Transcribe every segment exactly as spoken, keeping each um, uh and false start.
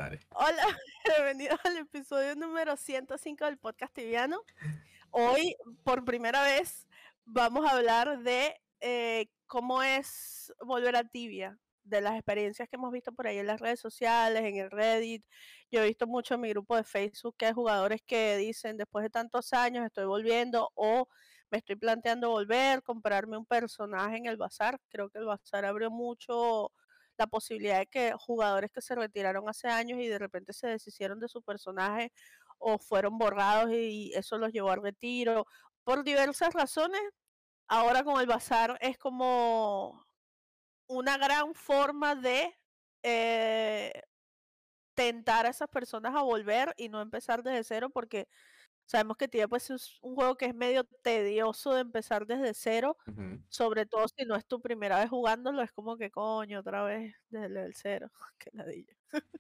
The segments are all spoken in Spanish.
Dale. Hola, bienvenidos al episodio número ciento cinco del podcast tibiano. Hoy, por primera vez, vamos a hablar de eh, cómo es volver a Tibia, de las experiencias que hemos visto por ahí en las redes sociales, en el Reddit. Yo he visto mucho en mi grupo de Facebook que hay jugadores que dicen, después de tantos años estoy volviendo o me estoy planteando volver, comprarme un personaje en el bazar. Creo que el bazar abrió mucho la posibilidad de que jugadores que se retiraron hace años y de repente se deshicieron de su personaje o fueron borrados y eso los llevó al retiro por diversas razones. Ahora con el bazar es como una gran forma de eh, tentar a esas personas a volver y no empezar desde cero, porque sabemos que Tibia pues es un juego que es medio tedioso de empezar desde cero, Ujú. sobre todo si no es tu primera vez jugándolo, es como que coño, otra vez desde el cero. Qué ladilla.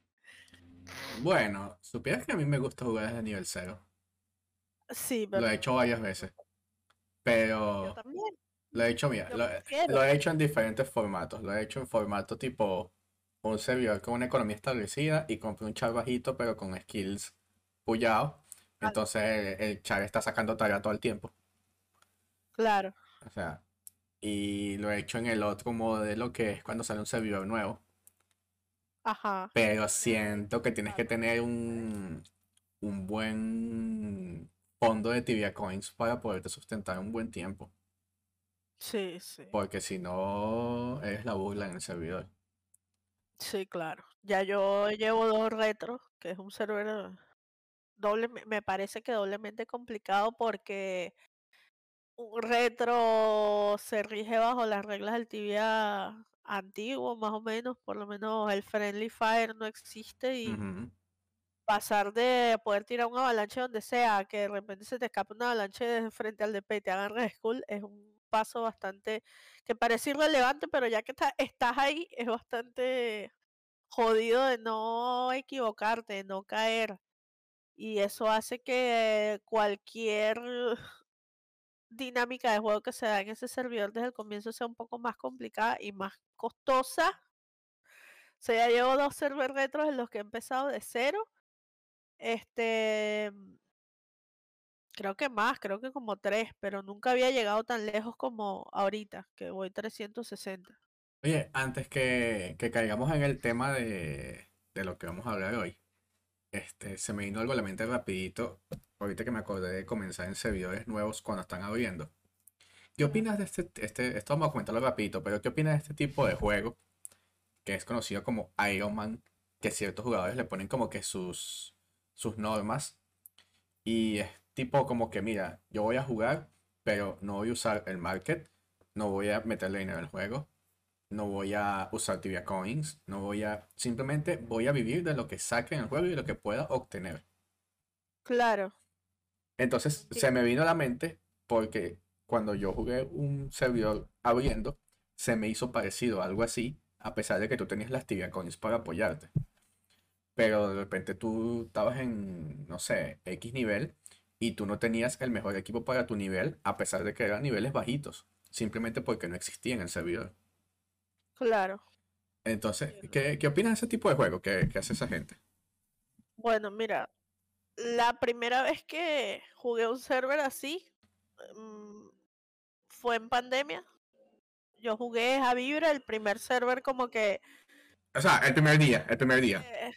Bueno, supieras que a mí me gusta jugar desde nivel cero. Sí, Lo he pero hecho varias veces, yo pero también, lo he hecho, mira, yo lo, prefiero. lo he hecho en diferentes formatos. Lo he hecho en formato tipo un servidor con una economía establecida y compré un char bajito, pero con skills puyados. Ah, Entonces el, el char está sacando tarea todo el tiempo. claro, O sea, y lo he hecho en el otro modelo que es cuando sale un servidor nuevo. ajá. Pero siento que tienes que tener un, un buen fondo de Tibia Coins para poderte sustentar un buen tiempo. Sí, sí, Porque si no, eres la burla en el servidor. sí, claro. Ya yo llevo dos retros, que es un server doble, me parece que doblemente complicado porque un retro se rige bajo las reglas del tibia antiguo, más o menos, por lo menos el friendly fire no existe y Ujú. pasar de poder tirar una avalancha donde sea, a que de repente se te escape una avalancha de frente al D P y te hagan reskull, es un paso bastante que parece irrelevante, pero ya que está- estás ahí, es bastante jodido de no equivocarte, de no caer. Y eso hace que cualquier dinámica de juego que se da en ese servidor desde el comienzo sea un poco más complicada y más costosa. O sea, ya llevo dos server retros en los que he empezado de cero. Este, creo que más, creo que como tres, pero nunca había llegado tan lejos como ahorita, que voy trescientos sesenta. Oye, antes que, que caigamos en el tema de, de lo que vamos a hablar hoy, este, se me vino algo a la mente rapidito, ahorita que me acordé de comenzar en servidores nuevos cuando están abriendo. ¿Qué Ajá. opinas de este, este, esto vamos a comentarlo rapidito, pero qué opinas de este tipo de juego que es conocido como Iron Man, que ciertos jugadores le ponen como que sus, sus normas y es tipo como que, mira, yo voy a jugar, pero no voy a usar el market, no voy a meterle dinero al juego, no voy a usar Tibia Coins, no voy a, simplemente voy a vivir de lo que saque en el juego y de lo que pueda obtener. Claro, Entonces se entiendo. me vino a la mente porque cuando yo jugué un servidor abriendo, se me hizo parecido a algo así, a pesar de que tú tenías las Tibia Coins para apoyarte. Pero de repente tú estabas en, no sé, X nivel y tú no tenías el mejor equipo para tu nivel, a pesar de que eran niveles bajitos, simplemente porque no existía en el servidor. Claro, Entonces, entiendo. ¿qué, qué opinas de ese tipo de juego que, que hace esa gente? Bueno, mira, la primera vez que jugué un server así mm, fue en pandemia. Yo jugué a Vibra, el primer server como que... O sea, el primer día, el primer día. eh,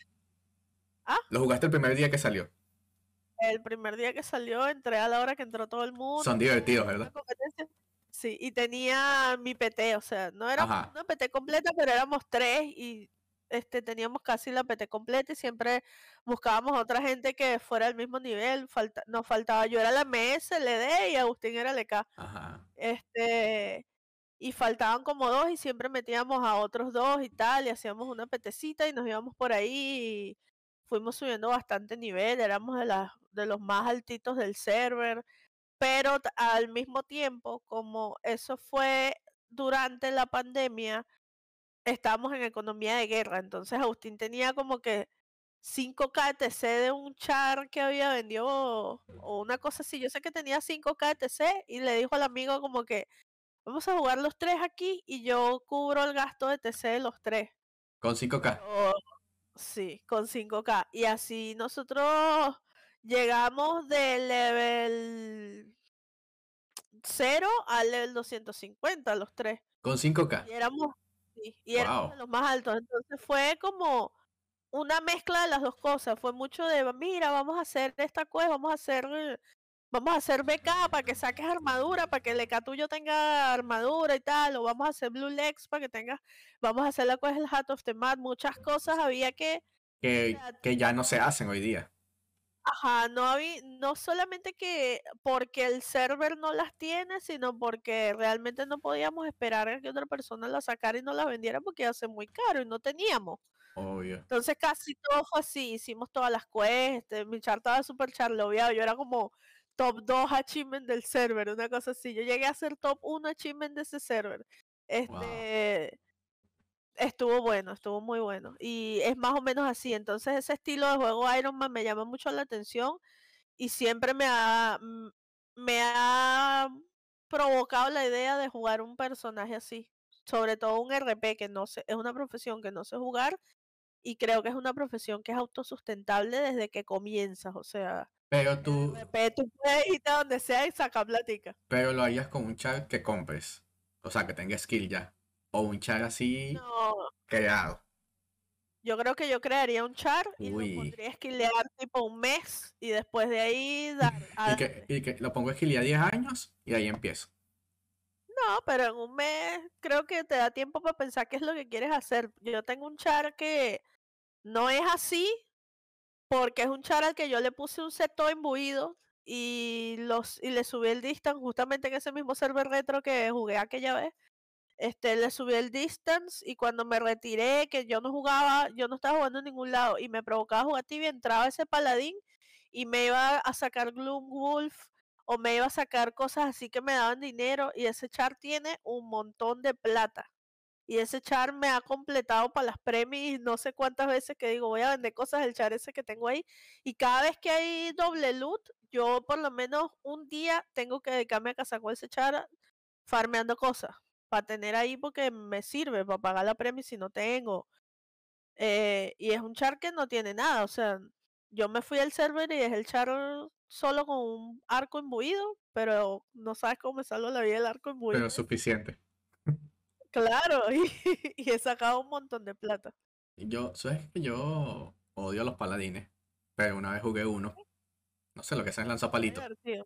ah, Lo jugaste el primer día que salió. el primer día que salió, entré a la hora que entró todo el Son mundo, divertidos, una ¿verdad? competencia. Sí, y tenía mi P T, o sea, no era Ajá, una P T completa, pero éramos tres y este, teníamos casi la P T completa y siempre buscábamos otra gente que fuera al mismo nivel. Falta, nos faltaba, yo era la M S, L D y Agustín era el E K. ajá. Este, y faltaban como dos y siempre metíamos a otros dos y tal, y hacíamos una petecita y nos íbamos por ahí y fuimos subiendo bastante nivel, éramos de, las, de los más altitos del server, pero t- al mismo tiempo, como eso fue durante la pandemia, estábamos en economía de guerra, entonces Agustín tenía como que cinco K T C de un char que había vendido o una cosa así, yo sé que tenía cinco K T C y le dijo al amigo como que vamos a jugar los tres aquí y yo cubro el gasto de T C de los tres. Con cinco K. Yo, Sí, con cinco K. Y así nosotros llegamos del level cero al level doscientos cincuenta, los tres. Con cinco K. Y éramos, sí, y éramos de Wow. los más altos. Entonces fue como una mezcla de las dos cosas. Fue mucho de, mira, vamos a hacer esta cosa, vamos a hacer, eh, vamos a hacer B K para que saques armadura, para que el E K tuyo tenga armadura y tal, o vamos a hacer Blue Legs para que tengas, vamos a hacer la cosa del Hat of the Mat, muchas cosas había que, o Que, sea, que ya no se hacen hoy día. ajá, no había, no solamente que porque el server no las tiene, sino porque realmente no podíamos esperar a que otra persona las sacara y no las vendiera porque iba a ser muy caro y no teníamos. Obvio. Entonces casi todo fue así, hicimos todas las quests, mi char estaba súper charloveado, yo era como top dos achievement del server, una cosa así. Yo llegué a ser top uno achievement de ese server. Wow. Este, estuvo bueno, estuvo muy bueno. Y es más o menos así. Entonces ese estilo de juego Iron Man me llama mucho la atención y siempre me ha, mm, me ha provocado la idea de jugar un personaje así. Sobre todo un R P que no sé, es una profesión que no sé jugar y creo que es una profesión que es autosustentable desde que comienzas. O sea, Pero el tú, R P tú puedes irte a donde sea y sacar platica. pero lo harías con un char que compres. O sea, que tenga skill ya. O un char así No, creado. yo creo que yo crearía un char y lo Uy. pondría a esquilear tipo un mes y después de ahí dar, a Y que, darle. y que lo pongo a esquilar diez años y ahí empiezo. No, pero en un mes creo que te da tiempo para pensar qué es lo que quieres hacer. Yo tengo un char que no es así, porque es un char al que yo le puse un set todo imbuido y, los, y le subí el distance justamente en ese mismo server retro que jugué aquella vez. Este, le subí el distance y cuando me retiré, que yo no jugaba, yo no estaba jugando en ningún lado y me provocaba jugar tibia, entraba ese paladín y me iba a sacar Gloom Wolf o me iba a sacar cosas así que me daban dinero y ese char tiene un montón de plata. Y ese char me ha completado para las premis no sé cuántas veces que digo, voy a vender cosas del char ese que tengo ahí. Y cada vez que hay doble loot, yo por lo menos un día tengo que dedicarme a cazar con ese char farmeando cosas. Para tener ahí porque me sirve, para pagar la premia si no tengo. Eh, y es un char que no tiene nada. O sea, yo me fui al server y es el char solo con un arco imbuido, pero no sabes cómo me salvo la vida el arco Pero imbuido. suficiente. Claro, y, y he sacado un montón de plata. Yo, sabes que yo odio a los paladines. Pero una vez jugué uno. No sé lo que es Está lanzapalitos. divertido.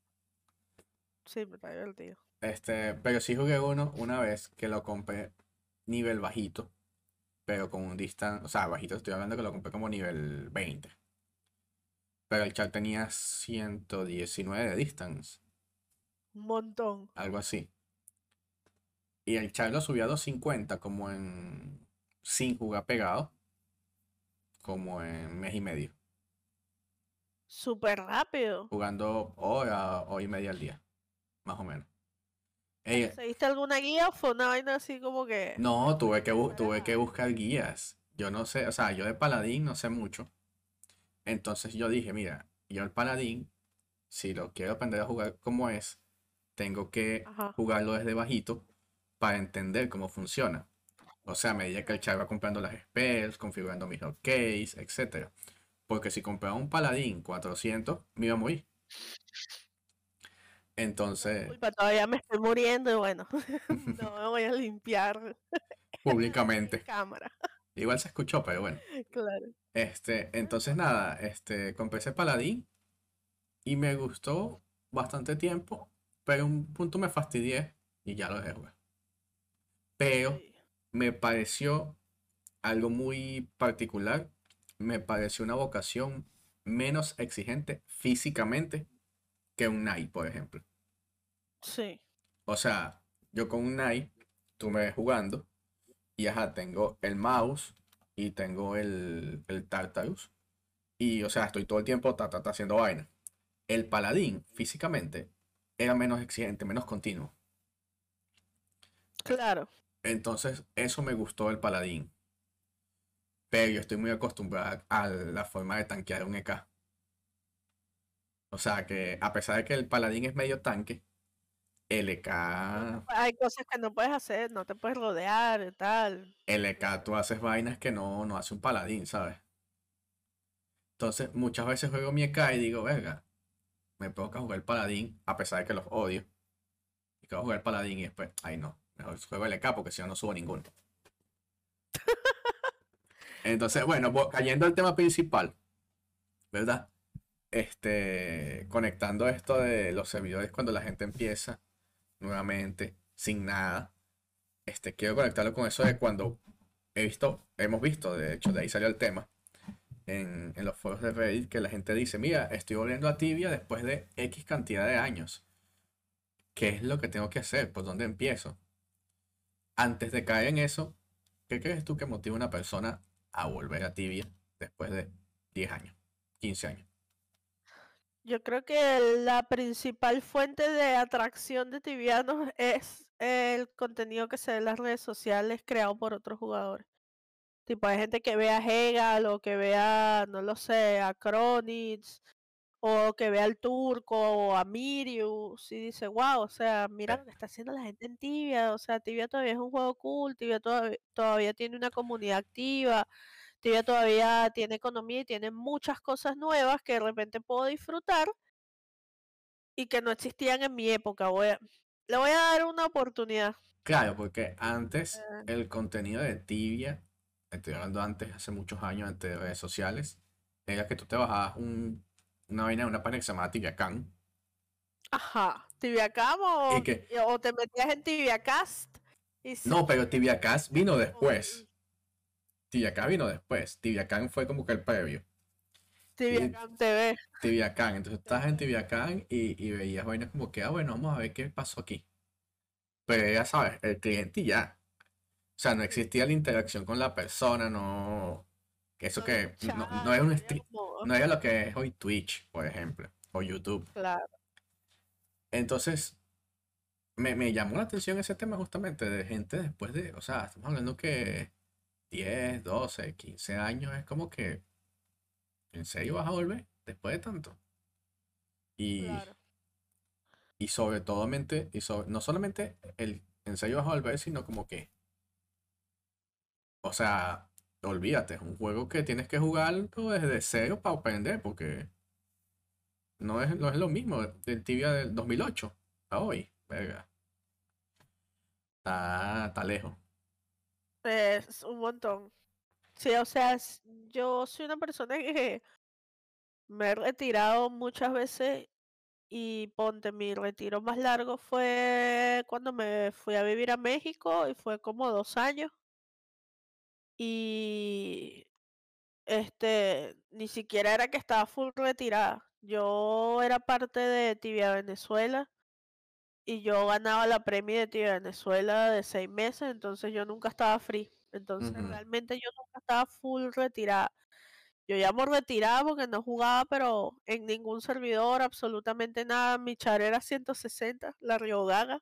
Sí, me está divertido. Este, pero sí jugué uno una vez que lo compré nivel bajito. Pero con un distance. O sea, bajito estoy hablando que lo compré como nivel veinte. Pero el chat tenía ciento diecinueve de distance. Un montón. Algo así. Y el chat lo subió a doscientos cincuenta como en. Sin jugar pegado. Como en mes y medio. Súper rápido. Jugando hora, hora y media al día. Más o menos. ¿Pero Ey, seguiste alguna guía o fue una vaina así como que no, tuve que, bu- tuve que desesperada? buscar guías. Yo no sé, o sea, yo de paladín no sé mucho. Entonces yo dije, mira, yo el paladín, si lo quiero aprender a jugar como es, tengo que Ajá. jugarlo desde bajito para entender cómo funciona. O sea, a medida que el char va comprando las spells, configurando mis hotkeys, etcétera. Porque si compraba un paladín cuatrocientos, me iba a morir. No es Entonces, culpa, todavía me estoy muriendo y bueno, no me voy a limpiar en públicamente. cámara. Igual se escuchó, pero bueno. Claro. Este, entonces Bueno, nada, este, compré ese paladín y me gustó bastante tiempo, pero en un punto me fastidié y ya lo dejé jugar. Pero sí. me pareció algo muy particular, me pareció una vocación menos exigente físicamente que un Knight, por ejemplo. Sí. O sea, yo con un Knight, tú me ves jugando y ajá, tengo el mouse y tengo el, el Tartarus y o sea, estoy todo el tiempo ta, ta, ta, haciendo vaina. El paladín físicamente era menos exigente, menos continuo. Claro. Entonces, eso me gustó del paladín. Pero yo estoy muy acostumbrado a la forma de tanquear un E K. O sea que a pesar de que el paladín es medio tanque, el No te E K, pu- hay cosas que no puedes hacer, no te puedes rodear y tal. el E K Claro. tú haces vainas que no, no hace un paladín, ¿sabes? Entonces, muchas veces juego mi E K y digo, verga, me provoca jugar el paladín, a pesar de que los odio. Y que voy a jugar el paladín y después, ay no, mejor juego el E K porque si no, no subo ninguno. Entonces, bueno, vo- cayendo al tema principal, ¿verdad? Este, conectando esto de los servidores cuando la gente empieza nuevamente, sin nada. Este, quiero conectarlo con eso de cuando he visto, hemos visto, de hecho, de ahí salió el tema, en, en los foros de Reddit, que la gente dice, mira, estoy volviendo a Tibia después de X cantidad de años. ¿Qué es lo que tengo que hacer? ¿Por dónde empiezo? Antes de caer en eso, ¿qué crees tú que motiva a una persona a volver a Tibia después de diez años, quince años? Yo creo que la principal fuente de atracción de tibianos es el contenido que se ve en las redes sociales creado por otros jugadores. Tipo, hay gente que ve a Hegal o que ve a, no lo sé, a Kronitz o que ve al Turco o a Mirius y dice, wow, o sea, mira Eh, lo que está haciendo la gente en Tibia, o sea, Tibia todavía es un juego cool, Tibia todavía, todavía tiene una comunidad activa, Tibia todavía tiene economía y tiene muchas cosas nuevas que de repente puedo disfrutar y que no existían en mi época. Voy a- le voy a dar una oportunidad. Claro, porque antes Eh, el contenido de Tibia, estoy hablando antes, hace muchos años, antes de redes sociales, era que tú te bajabas un, una vaina, una página que se llamaba TibiaCam, Ajá, Tibiacam o, y que, o te metías en Tibiacast y se... no, pero TibiaCast vino o- después, TibiaCast vino después, TibiaCam fue como que el previo, y Tibiacam T V. TibiaCam, entonces estás en TibiaCam y, y veías vainas como que, ah, bueno, vamos a ver qué pasó aquí. Pero ya sabes, el cliente y ya. O sea, no Sí. existía la interacción con la persona, no. Que eso No había que un no, chat, no era no un había stream, como... no era lo que es hoy Twitch, por ejemplo, o YouTube. Claro. Entonces, me, me llamó la atención ese tema justamente de gente después de, o sea, estamos hablando que diez doce quince años es como que, ¿en serio vas a volver después de tanto? Y, Claro. y sobre todo, mente- y sobre- no solamente el, ¿en serio vas a volver? Sino como que, o sea, olvídate, es un juego que tienes que jugarlo desde cero para aprender, porque no es, no es lo mismo del Tibia del dos mil ocho a hoy. Verga, está, está lejos. Es un montón. Sí, o sea, es- yo soy una persona que me he retirado muchas veces y ponte, mi retiro más largo fue cuando me fui a vivir a México y fue como dos años y este, ni siquiera era que estaba full retirada. Yo era parte de Tibia Venezuela y yo ganaba la premia de Tibia Venezuela de seis meses, entonces yo nunca estaba free. Entonces Ujú, realmente yo nunca estaba full retirada. Yo llamo retirada porque no jugaba, pero en ningún servidor, absolutamente nada. Mi char era ciento sesenta, la Rio Gaga,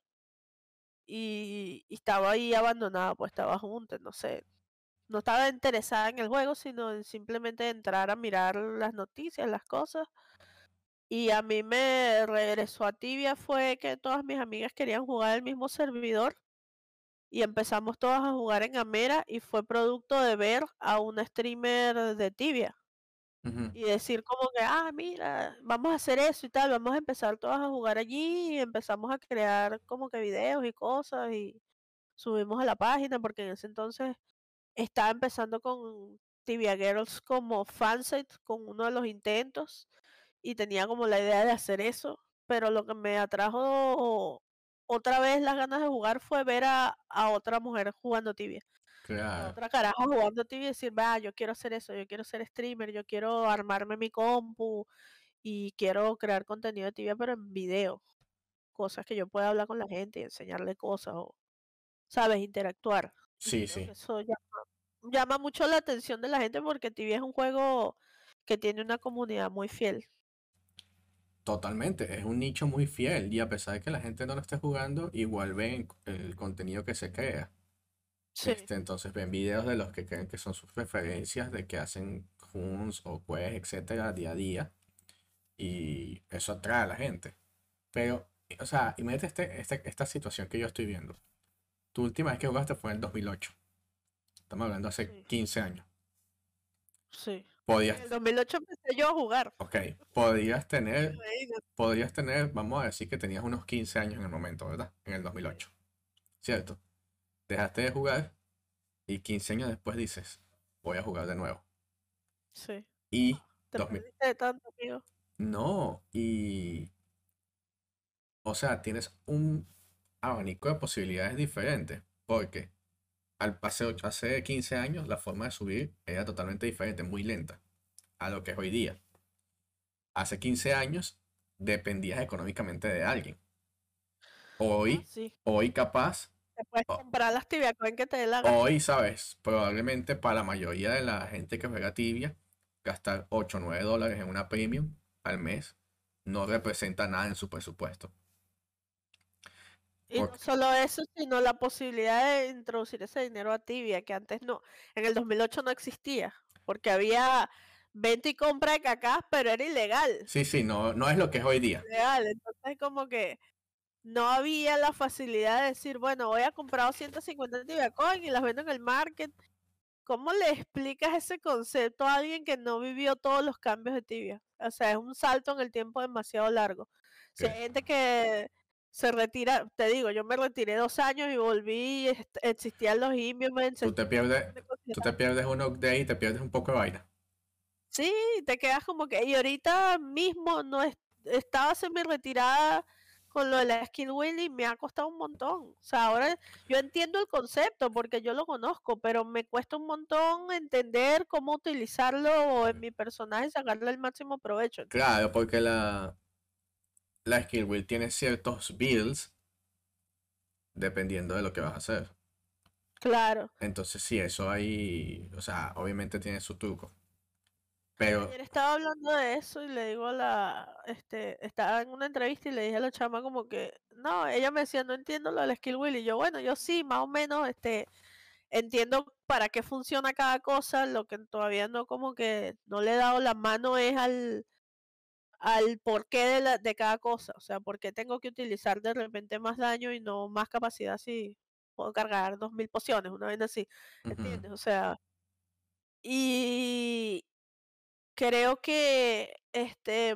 y, y estaba ahí abandonada, pues estaba junta, no sé. No estaba interesada en el juego, sino en simplemente entrar a mirar las noticias, las cosas. Y a mí me regresó a Tibia fue que todas mis amigas querían jugar el mismo servidor y empezamos todas a jugar en Amera y fue producto de ver a una streamer de Tibia ujú. y decir como que, ah, mira, vamos a hacer eso y tal, vamos a empezar todas a jugar allí y empezamos a crear como que videos y cosas y subimos a la página porque en ese entonces estaba empezando con Tibia Girls como fansite con uno de los intentos y tenía como la idea de hacer eso, pero lo que me atrajo otra vez las ganas de jugar fue ver a, a otra mujer jugando Tibia, a Claro. otra caraja jugando Tibia y decir, va, yo quiero hacer eso, yo quiero ser streamer, yo quiero armarme mi compu y quiero crear contenido de Tibia, pero en video, cosas que yo pueda hablar con la gente y enseñarle cosas o, sabes, interactuar. Y Sí, creo que sí, eso llama, llama mucho la atención de la gente porque Tibia es un juego que tiene una comunidad muy fiel. totalmente. Es un nicho muy fiel y a pesar de que la gente no lo esté jugando, igual ven el contenido que se crea. Sí, Este, entonces ven videos de los que creen que son sus referencias, de que hacen Huns o Quest, etcétera, día a día. Y eso atrae a la gente. Pero, o sea, imagínate este, este- esta situación que yo estoy viendo. Tu última vez que jugaste fue en el dos mil ocho. Estamos hablando hace sí, quince años. sí. En podías, el dos mil ocho empecé yo a jugar. ok, podías tener, Imagínate. podrías tener, vamos a decir que tenías unos quince años en el momento, ¿verdad? En el dos mil ocho, ¿cierto? Dejaste de jugar y quince años después dices, voy a jugar de nuevo. Sí. Y Te dos mil, perdiste de tanto, amigo. no, y, o sea, tienes un abanico de posibilidades diferentes, porque al hace, hace quince años la forma de subir era totalmente diferente, muy lenta a lo que es hoy día. Hace quince años dependías económicamente de alguien. Ah, Hoy, sí. hoy capaz, Te puedes ho- comprar las tibia coin que te dé la gana. hoy sabes, probablemente para la mayoría de la gente que juega tibia, gastar ocho o nueve dólares en una premium al mes no representa nada en su presupuesto. Y no Porque, solo eso, sino la posibilidad de introducir ese dinero a tibia, que antes no, en el dos mil ocho no existía, porque había venta y compra de cacás, pero era ilegal. sí, sí, no, no es lo que es hoy día. Ilegal. Entonces como que no había la facilidad de decir, bueno, voy a comprar doscientos cincuenta tibia coin y las vendo en el market. ¿Cómo le explicas ese concepto a alguien que no vivió todos los cambios de tibia? O sea, es un salto en el tiempo demasiado largo. Si Que hay gente que se retira, te digo, yo me retiré dos años y volví, est- existían los Immiuments, tú te existía un pierdes, montón de tú te cosas. pierdes un update y te pierdes un poco de vaina. Sí, te quedas como que, y ahorita mismo no es, estaba semi retirada con lo de la skill wheel y me ha costado un montón. O sea, ahora yo entiendo el concepto porque yo lo conozco, pero me cuesta un montón entender cómo utilizarlo en mi personaje y sacarle el máximo provecho, ¿entiendes? Claro, porque la, la skill wheel tiene ciertos builds dependiendo de lo que vas a hacer. Claro. Entonces, sí, eso ahí, o sea, obviamente tiene su truco. Pero, Ayer estaba hablando de eso y le digo a la, este, estaba en una entrevista y le dije a la chama como que, no, ella me decía, no entiendo lo del skill wheel y yo, bueno, yo sí, más o menos, este, entiendo para qué funciona cada cosa, lo que todavía no como que no le he dado la mano es al, al porqué de, la, de cada cosa, o sea, por qué tengo que utilizar de repente más daño y no más capacidad si puedo cargar dos mil pociones, una vez así, ujú, ¿entiendes? O sea, y creo que este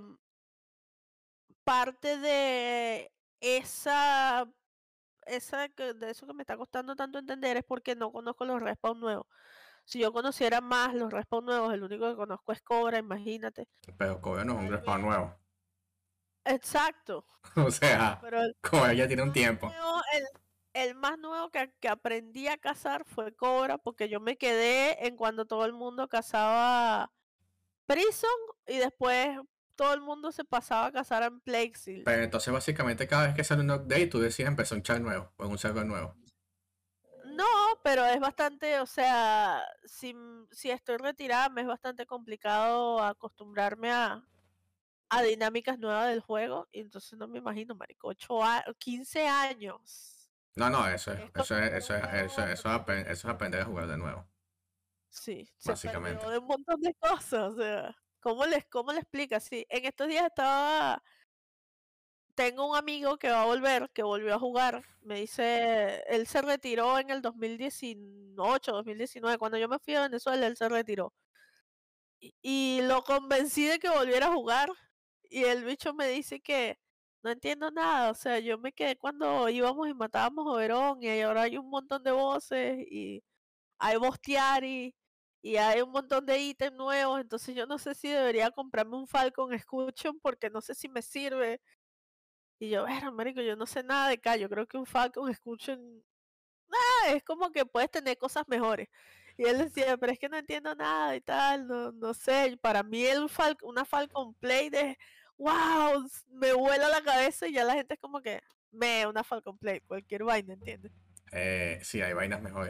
parte de esa esa que- de eso que me está costando tanto entender es porque no conozco los respawns nuevos. Si yo conociera más los respawns nuevos, el único que conozco es Cobra, imagínate. pero Kobe no es un Tal respawn vez. nuevo. Exacto. O sea, Pero el Kobe ya tiene un más tiempo. nuevo, el, el más nuevo que, que aprendí a cazar fue Cobra, porque yo me quedé en cuando todo el mundo cazaba Prison y después todo el mundo se pasaba a cazar en Plague Seal. Pero entonces, básicamente, cada vez que sale un update, tú decides empezar un chat nuevo o en un server nuevo. No, pero es bastante, o sea, si, m- si estoy retirada, me es bastante complicado acostumbrarme a, a dinámicas nuevas del juego. Y entonces no me imagino, marico, ocho a quince años. No, no, eso es, Es como eso es, que eso un es, eso nuevo es, eso es apre- aprendiz. eso es aprender a jugar de nuevo, Sí, se perdió básicamente. de un montón de cosas. O sea, ¿cómo les, cómo le explicas? Sí, en estos días estaba, tengo un amigo que va a volver, que volvió a jugar. Me dice, él se retiró en el dos mil dieciocho, dos mil diecinueve. Cuando yo me fui a Venezuela, él se retiró. Y, y lo convencí de que volviera a jugar. Y el bicho me dice que no entiendo nada. O sea, yo me quedé cuando íbamos y matábamos a Oberón. Y ahora hay un montón de voces. Y hay Bostiari. Y hay un montón de ítems nuevos. Entonces yo no sé si debería comprarme un Falcon Escuchon porque no sé si me sirve. Y yo, bueno, marico, yo no sé nada de acá. Yo creo que un Falcon Escuchon es como que puedes tener cosas mejores. Y él decía, pero es que no entiendo nada y tal, no, no sé. Para mí el Fal una Falcon Play de, wow, me vuela la cabeza y ya la gente es como que, me, una Falcon Play, cualquier vaina, ¿entiendes? Eh, sí, hay vainas mejores.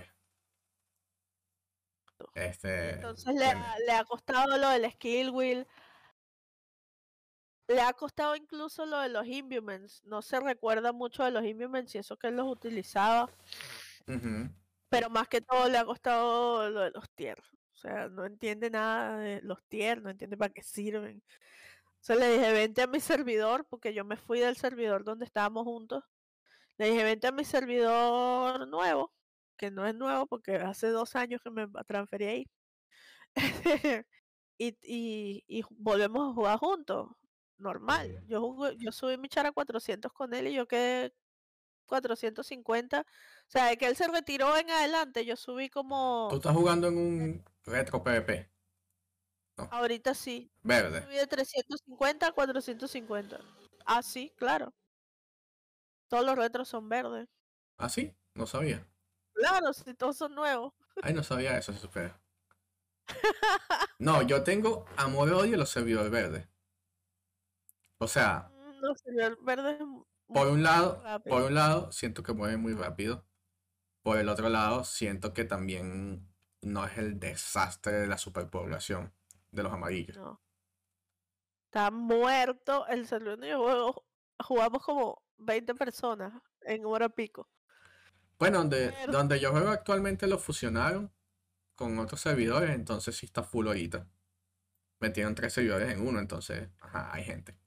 Este, Entonces le tiene. ha, le ha costado lo del Skill Wheel, le ha costado incluso lo de los Imbuements. No se recuerda mucho de los Imbuements y eso que él los utilizaba, Ujú. pero más que todo le ha costado lo de los tier. O sea, no entiende nada de los tier, no entiende para qué sirven. O sea, le dije, vente a mi servidor, porque yo me fui del servidor donde estábamos juntos. Le dije, vente a mi servidor nuevo, que no es nuevo porque hace dos años que me transferí ahí. y, y, y volvemos a jugar juntos. Normal. Yo jugué, yo subí mi char a cuatrocientos con él y yo quedé cuatrocientos cincuenta. O sea, de que él se retiró en adelante, yo subí Tú como... estás jugando en un retro PvP, ¿no? Ahorita sí. Yo Verde. subí de trescientos cincuenta a cuatrocientos cincuenta. Ah, sí, claro. Todos los retros son verdes. ¿Ah, sí? No sabía. Claro, si todos son nuevos. Ay, no sabía eso, si supera. No, yo tengo amor-odio a los servidores verdes. O sea, Mm, No sé, el verde es mu- por un muy lado, por rápido. un lado, siento que mueve muy rápido. Por el otro lado, siento que también no es el desastre de la superpoblación de los amarillos. No. Está muerto el servidor donde yo juego. Jugamos como veinte personas en hora pico. Bueno, donde, Muerto. donde yo juego actualmente lo fusionaron con otros servidores, entonces sí está full ahorita. Metieron tres servidores en uno, entonces, ajá, hay gente.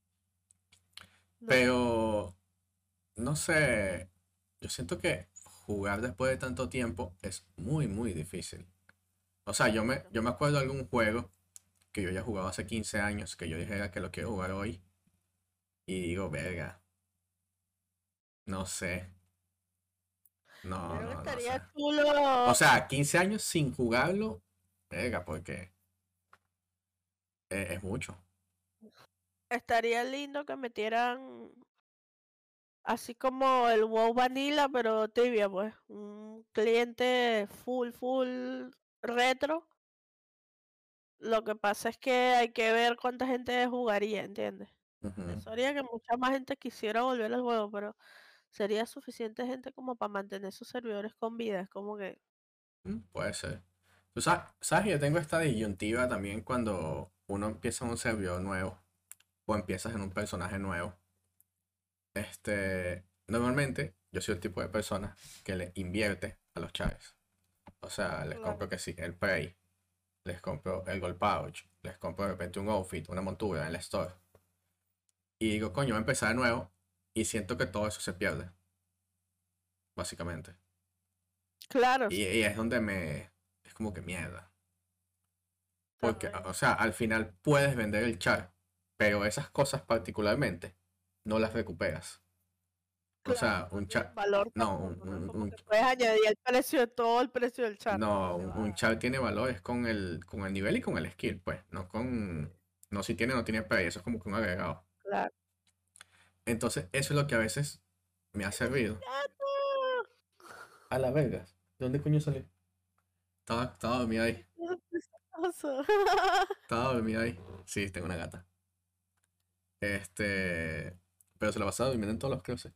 No. Pero, no sé, yo siento que jugar después de tanto tiempo es muy, muy difícil. O sea, yo me, yo me acuerdo de algún juego que yo ya jugaba hace quince años, que yo dije que lo quiero jugar hoy, y digo, verga, no sé, Yo no, creo que no, no sé. estaría O chulo. sea, quince años sin jugarlo, verga, porque es, es mucho. Estaría lindo que metieran así como el WoW Vanilla, pero tibia, pues. Un cliente full, full retro. Lo que pasa es que hay que ver cuánta gente jugaría, ¿entiendes? Ujú. Eso haría que mucha más gente quisiera volver al juego, pero sería suficiente gente como para mantener sus servidores con vida. Es como que, Mm, puede ser. Tú sa- sabes, que yo tengo esta disyuntiva también cuando uno empieza en un servidor nuevo o empiezas en un personaje nuevo. Este, normalmente yo soy el tipo de persona que le invierte a los chaves. O sea, les claro, compro que sí, el Prey, les compro el Gold Pouch, les compro de repente un outfit, una montura en el store. Y digo, coño, voy a empezar de nuevo y siento que todo eso se pierde, básicamente. claro, Y, y es donde me... Es como que mierda. está Porque, bien. o sea, al final puedes vender el char, pero esas cosas particularmente no las recuperas. O Claro, sea, no un tienen char... valor No, un, tampoco, no es un- como un- que puedes añadir el precio de todo el precio del chat, no, no, que un, un va, char tiene valores con el, con el nivel y con el skill, pues. No con... No si tiene o no tiene play, eso es como que un agregado. claro. Entonces, eso es lo que a veces me ha servido. ¡Gato! A la verga. ¿De dónde coño salió? Estaba, estaba dormida ahí. ¡Qué chistoso! Estaba dormida ahí. Sí, tengo una gata. Este... Pero se la pasaba durmiendo en todos los closets.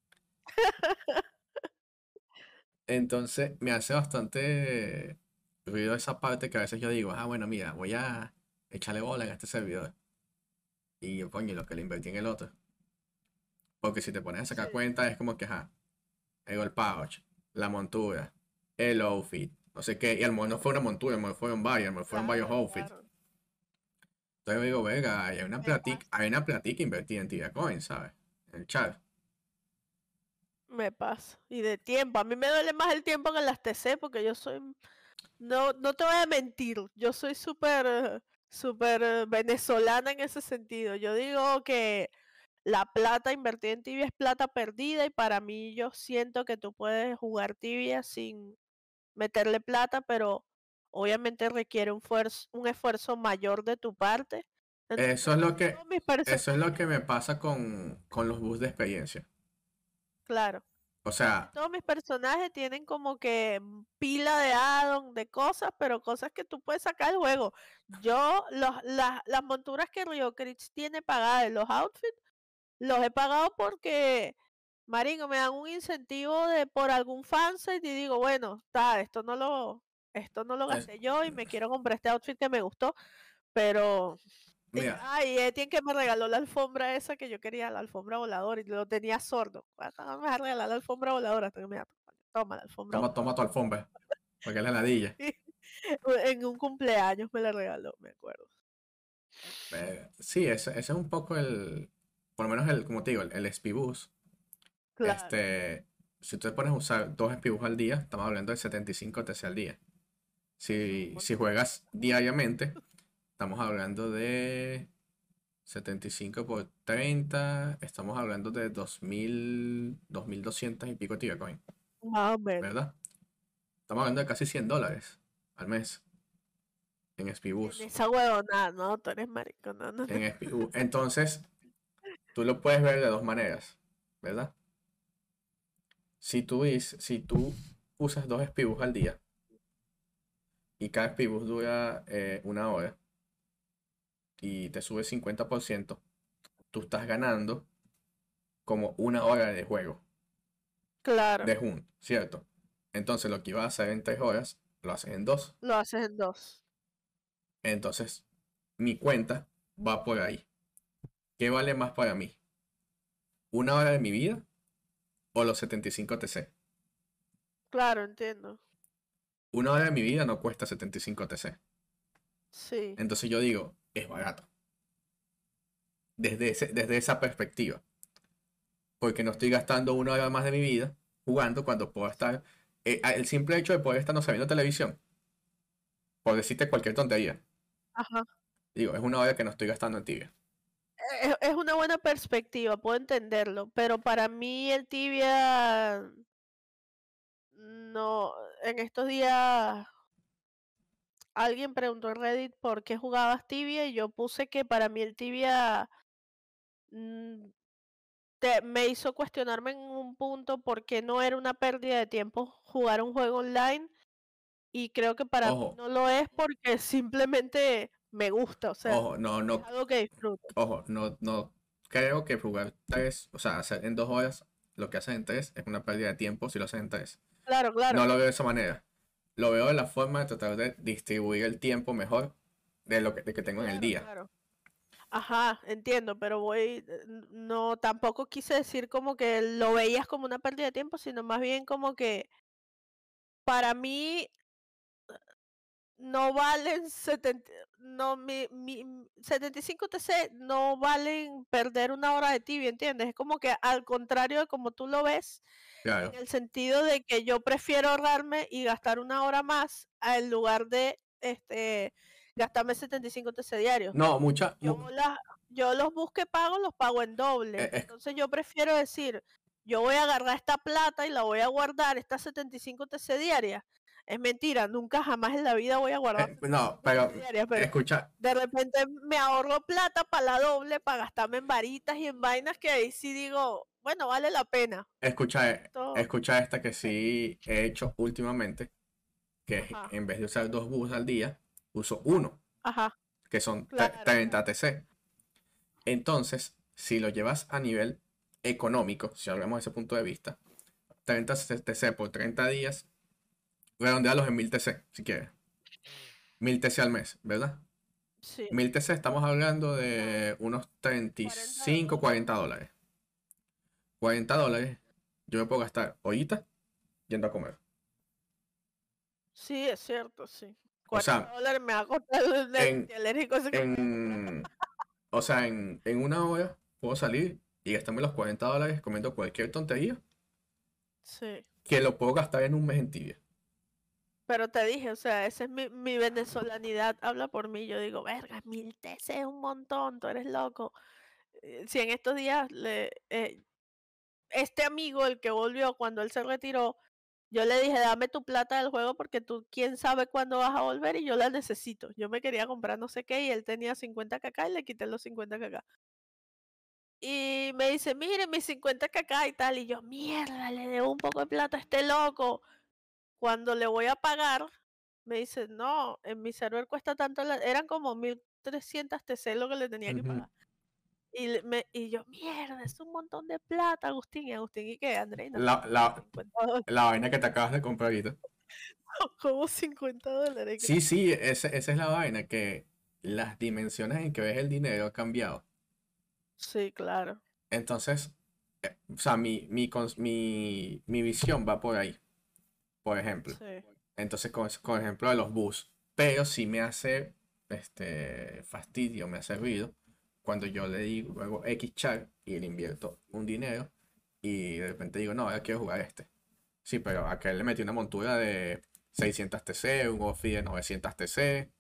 Entonces me hace bastante ruido esa parte que a veces yo digo, ah, bueno, mira, voy a echarle bola en este servidor. Y yo, coño, lo que le invertí en el otro. Porque si te pones a sacar Sí, cuenta, es como que, ajá, el gold pouch, la montura, el outfit, no sé qué. Y a lo mejor no fue una montura, a lo mejor fueron varios, a lo mejor fueron varios claro, outfits. claro. Entonces yo digo, venga, hay una Me platica, pasa, hay una platica invertida en Tibia Coin, ¿sabes? En el chat. me pasa. Y de tiempo, a mí me duele más el tiempo que en las T C porque yo soy, no, no te voy a mentir, yo soy súper, eh, súper eh, venezolana en ese sentido. Yo digo que la plata invertida en tibia es plata perdida y para mí yo siento que tú puedes jugar tibia sin meterle plata, pero obviamente requiere un, fuerzo, un esfuerzo mayor de tu parte. Eso Entonces es lo casi que, todos mis eso es lo que personajes, me pasa con, con los boosts de experiencia. claro, O casi sea, todos mis personajes tienen como que mm, pila de add-on, de cosas, pero cosas que tú puedes sacar del juego. Yo, los, las, las monturas que Rio Crits tiene pagadas de los outfits, los he pagado porque marico, me dan un incentivo de por algún fansite y digo, bueno, está, esto no lo, esto no lo es- gasté yo y me quiero comprar este outfit que me gustó, pero y, mira, ay, Etienne que me regaló la alfombra esa que yo quería, la alfombra voladora, y lo tenía sordo. ¿Cuándo me vas a regalar la alfombra voladora? Hasta que me da, toma la alfombra toma, toma tu voladora. alfombra, porque es la ladilla. En un cumpleaños me la regaló, me acuerdo. Eh, sí, ese, ese es un poco el, por lo menos el, como te digo, el, el S P Boost. Claro, Este, si tú te pones a usar dos S P Boost al día, estamos hablando de setenta y cinco T C al día. eso es un Si, si montón. juegas diariamente, estamos hablando de setenta y cinco por treinta, estamos hablando de dos mil, dos mil doscientos y pico Tibia Coin, Más o menos. ¿verdad? Estamos hablando de casi cien dólares al mes en En SPBus. esa huevonada, no, tú eres marico, no, no, no. En SPU. Entonces, tú lo puedes ver de dos maneras, ¿verdad? Si tú, is- si tú usas dos SPBus al día y cada SPBus dura eh, una hora y te sube cincuenta por ciento, tú estás ganando como una hora de juego Claro, de Jun, ¿cierto? Entonces lo que ibas a hacer en tres horas, lo haces en dos. lo haces en dos. Entonces, mi cuenta va por ahí. ¿Qué vale más para mí? ¿Una hora de mi vida o los setenta y cinco T C? Claro, entiendo. Una hora de mi vida no cuesta setenta y cinco T C. Sí, Entonces yo digo, es barato. Desde, ese- desde esa perspectiva. Porque no estoy gastando una hora más de mi vida jugando cuando puedo estar... eh, el simple hecho de poder estar no sabiendo televisión, por decirte cualquier tontería, ajá. digo, es una hora que no estoy gastando en tibia. Es, es una buena perspectiva, puedo entenderlo, pero para mí el tibia, no, en estos días alguien preguntó en Reddit por qué jugabas tibia y yo puse que para mí el tibia mm, te- me hizo cuestionarme en un punto por qué no era una pérdida de tiempo jugar un juego online y creo que para mí Ojo, no lo es porque simplemente me gusta, o sea, ojo, no, es no, algo que disfruto. ojo, no, no creo que jugar tres, o sea, hacer en dos horas lo que haces en tres es una pérdida de tiempo si lo haces en tres. Claro, claro, No lo veo de esa manera. Lo veo de la forma de tratar de distribuir el tiempo mejor de lo que, de que tengo en el claro, día. claro. Ajá, entiendo, pero voy, eh, n- no, tampoco quise decir como que lo veías como una pérdida de tiempo, sino más bien como que para mí no valen setenta, no, mi, mi, m- setenta y cinco T C no valen perder una hora de tibia, ¿entiendes? Es como que al contrario de como tú lo ves, en Claro. el sentido de que yo prefiero ahorrarme y gastar una hora más en lugar de este gastarme setenta y cinco T C diarios. No, mucha, Yo, mu- la, yo los bus que pago los pago en eh, doble. es- Entonces yo prefiero decir, yo voy a agarrar esta plata y la voy a guardar, estas setenta y cinco T C diarias. Es mentira, nunca jamás en la vida voy a guardar eh, no, setenta y cinco T C pero diarias, pero escucha, de repente me ahorro plata para la doble, para gastarme en varitas y en vainas que ahí sí digo, bueno, vale la pena. escucha, eh, Esto, escucha esta que eh, sí he hecho últimamente, que es, ajá, en vez de usar dos bus al día, uso uno, ajá, que son tre- claro, treinta T C. Entonces, si lo llevas a nivel económico, si hablamos de ese punto de vista, treinta T C por treinta días, redondealos en mil T C, si quieres. mil T C al mes, ¿verdad? sí, mil T C estamos hablando no, de unos cuarenta treinta y cinco, dólares. cuarenta dólares. cuarenta dólares yo me puedo gastar ahorita yendo a comer. Sí, es cierto, sí. O cuarenta sea, dólares me va a costar el el en, antialérgico ese que me voy a comprar. en, o sea, en, en una hora puedo salir y gastarme los cuarenta dólares comiendo cualquier tontería Sí, que lo puedo gastar en un mes en tibia. pero te dije, o sea, esa es mi, mi venezolanidad, habla por mí. Yo digo, verga, mil tesis es un montón, tú eres loco. Eh, Si en estos días le, eh, este amigo, el que volvió cuando él se retiró, yo le dije, dame tu plata del juego porque tú quién sabe cuándo vas a volver y yo la necesito. Yo me quería comprar no sé qué y él tenía cincuenta kk y le quité los cincuenta kk. Y me dice, mire, mis cincuenta kk y tal. Y yo, mierda, le debo un poco de plata a este loco. Cuando le voy a pagar, me dice, no, en mi server cuesta tanto, la-". Eran como mil trescientos T C lo que le tenía que Ujú. pagar. Y, le- me, y yo, mierda, es un montón de plata, Agustín. Y Agustín, ¿y qué, Andreina? La, Son como la, cincuenta dólares. la vaina que te acabas de comprar ahorita. Como cincuenta dólares. Sí, sí, ese- esa es la vaina, que las dimensiones en que ves el dinero han cambiado. Sí, claro. Entonces, eh, o sea, mi, mi, cons- mi, mi visión va por ahí, por ejemplo. Sí. Entonces, con, ese- con ejemplo de los bus. Pero sí me hace este, fastidio, me hace ruido cuando yo le digo luego X char y le invierto un dinero y de repente digo, no, ahora quiero jugar este. Sí, pero a que le metí una montura de seiscientos T C, un OFI de novecientos T C.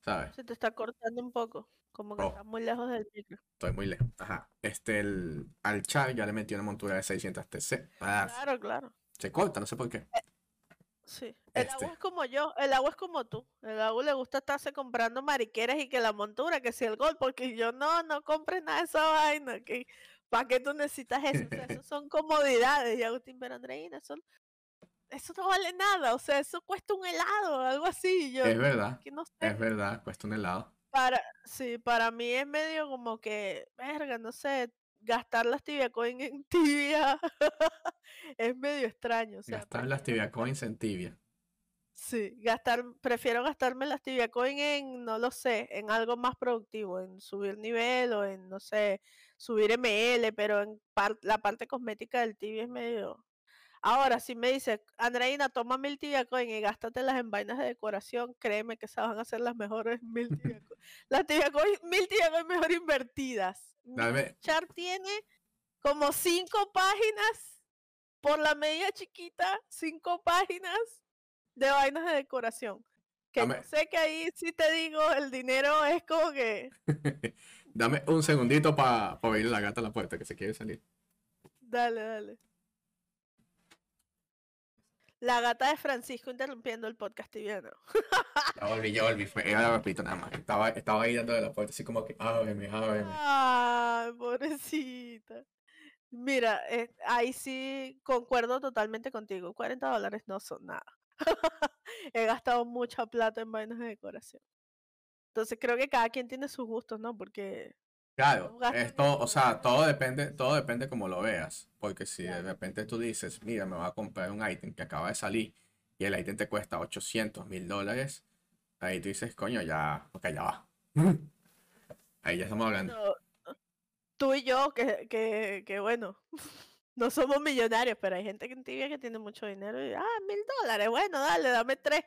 ¿sabes? Se te está cortando un poco, como que Oh, estás muy lejos del micro. estoy muy lejos. Ajá. Este, el, al Char ya le metí una montura de seiscientos T C. Ah, Claro, claro. se corta, no sé por qué. Sí, el agua Este. es como yo, el agua es como tú. El agua le gusta estarse comprando mariqueras y que la montura, que si el gol, porque yo no, no compres nada de esa vaina. Que, ¿para qué tú necesitas eso? O sea, eso son comodidades. Y Agustín, pero Andreina, eso, eso no vale nada. O sea, eso cuesta un helado, algo así. Y yo, Es verdad, que no sé. es verdad, cuesta un helado. Para, sí, para mí es medio como que, verga, no sé, gastar las tibia coin en tibia es medio extraño. O sea, Gastar las prefiero tibia gastar. coins en tibia. Sí, gastar, prefiero gastarme las tibia coin en, no lo sé, en algo más productivo, en subir nivel o en, no sé, subir M L, pero en par- la parte cosmética del tibia es medio. Ahora, si me dice, Andreina, toma mil tibia coin y gástatelas en vainas de decoración, créeme que esas van a ser las mejores mil tibia coin. Las tibia coin, mil tibia coin mejor invertidas. Mi Dame, chart tiene como cinco páginas por la media chiquita, cinco páginas de vainas de decoración. Que yo dame, sé que ahí sí te digo, el dinero es como que. dame un segundito para pa abrir la gata a la puerta que se quiere salir. Dale, dale. La gata de Francisco interrumpiendo el podcast tibiano. Ya volví, ya volví. Fue, era rapidito nada más. Estaba, estaba ahí dando de la puerta así como que, ábreme, ábreme. Ay, pobrecita. Mira, eh, ahí sí concuerdo totalmente contigo. cuarenta dólares no son nada. He gastado mucha plata en vainas de decoración. Entonces creo que cada quien tiene sus gustos, ¿no? Porque Claro, unos gastan esto, o en sea, vainas todo de depende, decoración. todo depende como lo veas. Porque si de Claro. repente tú dices, mira, me voy a comprar un ítem que acaba de salir y el ítem te cuesta ochocientos mil dólares, ahí tú dices, coño, ya, ok, ya va. Ahí ya estamos hablando. No, tú y yo, que, que, que bueno, no somos millonarios, pero hay gente que en tibia que tiene mucho dinero y, ah, mil dólares, bueno, dale, dame tres.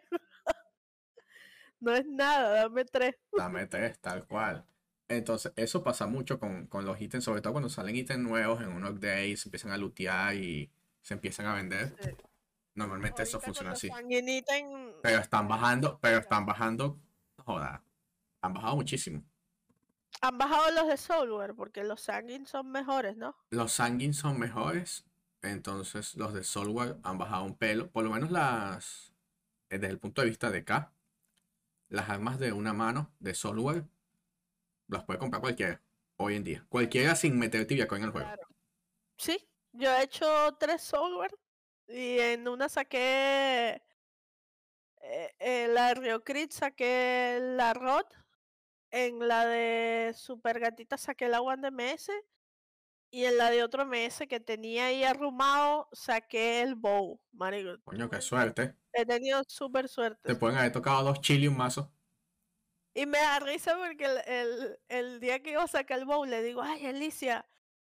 No es nada, dame tres. Dame tres, tal cual. Entonces, eso pasa mucho con, con los ítems, sobre todo cuando salen ítems nuevos en un update, se empiezan a lootear y se empiezan a vender. Sí. Normalmente eso Ahorita con funciona los así. sanguinitos en, Pero están bajando, pero Mira, están bajando, joda, han bajado muchísimo. han bajado los de Soulware porque los sanguines son mejores, ¿no? Los sanguines son mejores, entonces los de Soulware han bajado un pelo. Por lo menos las, eh, desde el punto de vista de K, las armas de una mano de Soulware las puede comprar cualquiera hoy en día. Cualquiera sin meter tibia coin en el juego. Claro. Sí, yo he hecho tres Soulware y en una saqué eh, eh, la de Ryocrit, saqué la Rod. En la de Super Gatita saqué la One de M S. Y en la de otro M S que tenía ahí arrumado, saqué el bow. Marico, Coño, qué tuve- suerte. he tenido súper suerte. Te pueden haber tocado dos chili y un mazo. Y me da risa porque el, el, el día que iba a sacar el bow le digo, ay, Alicia,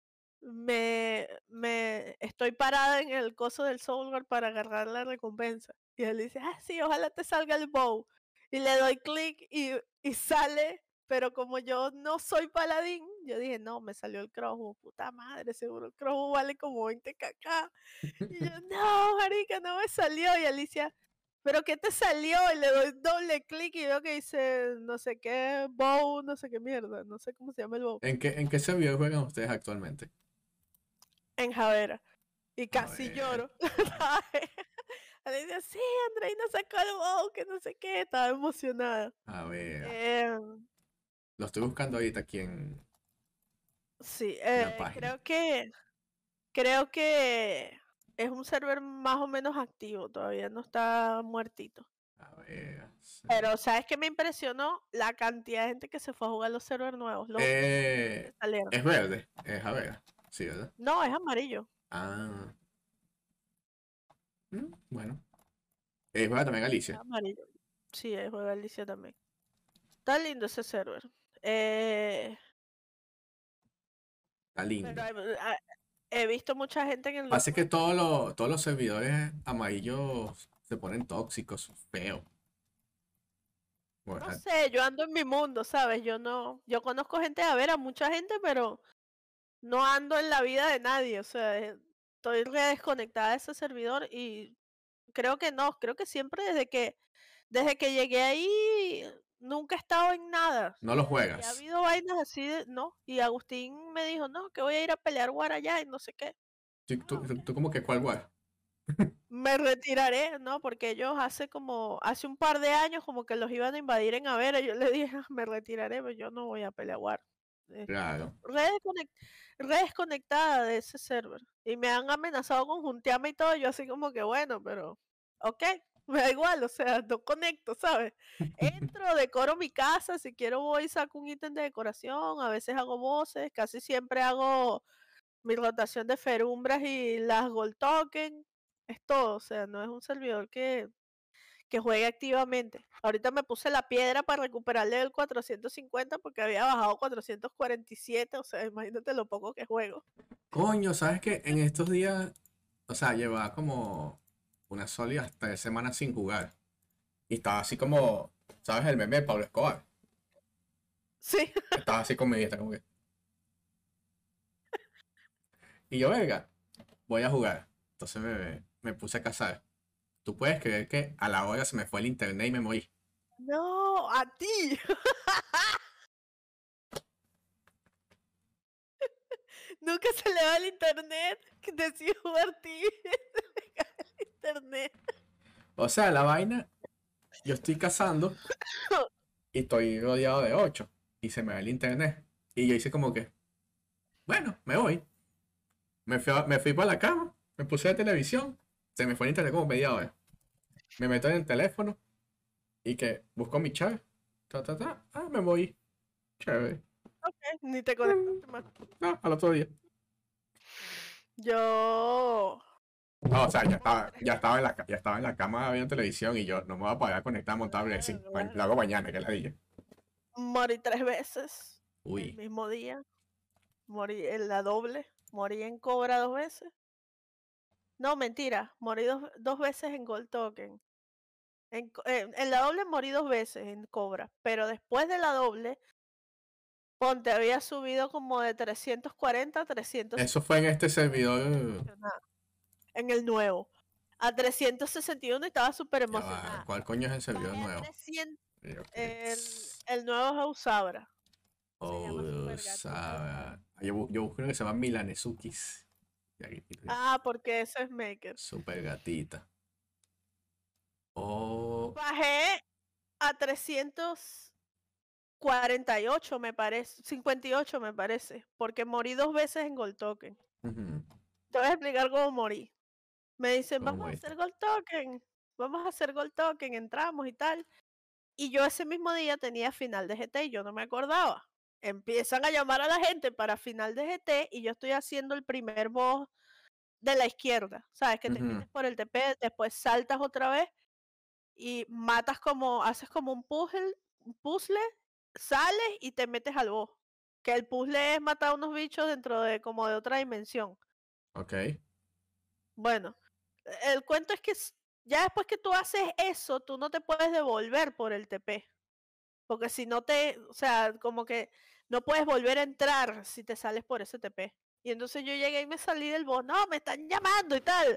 me, me estoy parada en el coso del Soulguard para agarrar la recompensa. Y él dice, ah, sí, ojalá te salga el bow. Y le doy clic y, y sale, pero como yo no soy paladín, yo dije, no, me salió el crossbow, puta madre, seguro el crossbow vale como veinte kk. Y yo, no, marica, no me salió. Y Alicia, ¿pero qué te salió? Y le doy doble clic y veo que dice, no sé qué, bow, no sé qué mierda, no sé cómo se llama el bow. ¿En qué, en qué servidor juegan ustedes actualmente? En Javera. Y A casi ver, lloro. Le decía, sí, Andreina sacó el bow, que no sé qué, estaba emocionada. a ver. Eh, Lo estoy buscando ahorita aquí en sí, la eh, página. creo que, creo que es un server más o menos activo, todavía no está muertito. A ver. Pero, ¿sabes qué me impresionó? La cantidad de gente que se fue a jugar los servers nuevos, los últimos que Eh, salieron. es verde. Es a ver. Sí, ¿verdad? No, es amarillo. Ah. mm, Bueno. Es verde también Es Galicia. amarillo. Sí, es juega Alicia también. Está lindo ese server. Eh, Está pero lindo. hay- hay- he visto mucha gente en el Pasa que Discord. todos los, todos los servidores amarillos se ponen tóxicos, feos. Bueno, No sé, yo ando en mi mundo, ¿sabes? Yo no, yo conozco gente, a ver, a mucha gente, pero no ando en la vida de nadie. O sea, eh, estoy re desconectada de ese servidor y creo que no, creo que siempre desde que, desde que llegué ahí, nunca he estado en nada. No lo Y ha juegas. habido vainas así de, no. Y Agustín me dijo, no, que voy a ir a pelear War allá y no sé qué. Tú, Ah, tú, ok. tú- tú como que cuál guay. Me retiraré, ¿no? Porque ellos hace como, hace un par de años como que los iban a invadir en Avera. Yo le dije, "Ah, me retiraré, pero yo no voy a pelear War. Eh, Claro. re desconec- re desconectada de ese server. Y me han amenazado con juntearme y todo. Yo así como que bueno, pero ok, me da igual, o sea, no conecto, ¿sabes? Entro, decoro mi casa, si quiero voy, saco un ítem de decoración, a veces hago voces, casi siempre hago mi rotación de ferumbras y las gold token. Es todo, o sea, no es un servidor que, que juegue activamente. Ahorita me puse la piedra para recuperarle el cuatrocientos cincuenta porque había bajado cuatrocientos cuarenta y siete, o sea, imagínate lo poco que juego. Coño, ¿sabes qué? En estos días, o sea, llevaba como unas sólidas tres semanas sin jugar. Y estaba así como, ¿sabes? El meme de Pablo Escobar. Sí, Estaba así con mi dieta, como que. Y yo, venga, voy a jugar. Entonces me, me puse a cazar. Tú puedes creer que a la hora se me fue el internet y me morí. no, a ti. Nunca se le va el internet, que decides jugar ti. el internet. O sea, la vaina, yo estoy cazando y estoy rodeado de ocho. Y se me va el internet. Y yo hice como que, bueno, me voy. Me fui, a- me fui para la cama, me puse la televisión, se me fue el internet como media hora. Me meto en el teléfono y que busco mi chat. Ta, ta, ta. Ah, me voy. Chévere. Ok, ni te Mm, conectaste más. No, al otro día. Yo No, o sea, ya morí estaba, tres ya estaba en veces. la, ca- ya estaba en la cama viendo televisión y yo no me voy a pagar a conectar a montar Claro, Blessing. Ma- Lo claro. hago mañana, que la dije. Morí tres veces el Uy, mismo día. Morí en la doble. Morí en Cobra dos veces. No, mentira. Morí dos, dos veces en Gold Token. En, co- eh, en la doble morí dos veces en Cobra. Pero después de la doble, ponte, había subido como de trescientos cuarenta a trescientos eso fue en este y servidor. súper emocionada. En el nuevo. A trescientos sesenta y uno y estaba súper Ya va, emocionada. ¿cuál coño es el servidor Bajé a nuevo? trescientos. Creo que El, es- el nuevo es Ausabra. Se llama Oh, Super Gatito. sabe. Yo, bu- yo busco uno que se llama Milanesukis. Y aquí, Ah, porque eso es Maker. super gatita. Oh, Bajé a trescientos cuarenta y ocho, me parece. cincuenta y ocho, me parece. Porque morí dos veces en Gold Token. ujú. Te voy a explicar cómo morí. Me dicen, ¿Cómo vamos a moriste? hacer Gold Token. Vamos a hacer Gold Token. Entramos y tal. Y yo ese mismo día tenía final de G T y yo no me acordaba. Empiezan a llamar a la gente para final de G T y yo estoy haciendo el primer boss de la izquierda. ¿Sabes? Que te Ujú. metes por el T P, después saltas otra vez y matas como, haces como un puzzle, un puzzle, sales y te metes al boss. Que el puzzle es matar a unos bichos dentro de como de otra dimensión. Ok. Bueno, el cuento es que s- ya después que tú haces eso, tú no te puedes devolver por el T P. Porque si no te, o sea, como que no puedes volver a entrar si te sales por ese T P. Y entonces yo llegué y me salí del boss, no, me están llamando y tal.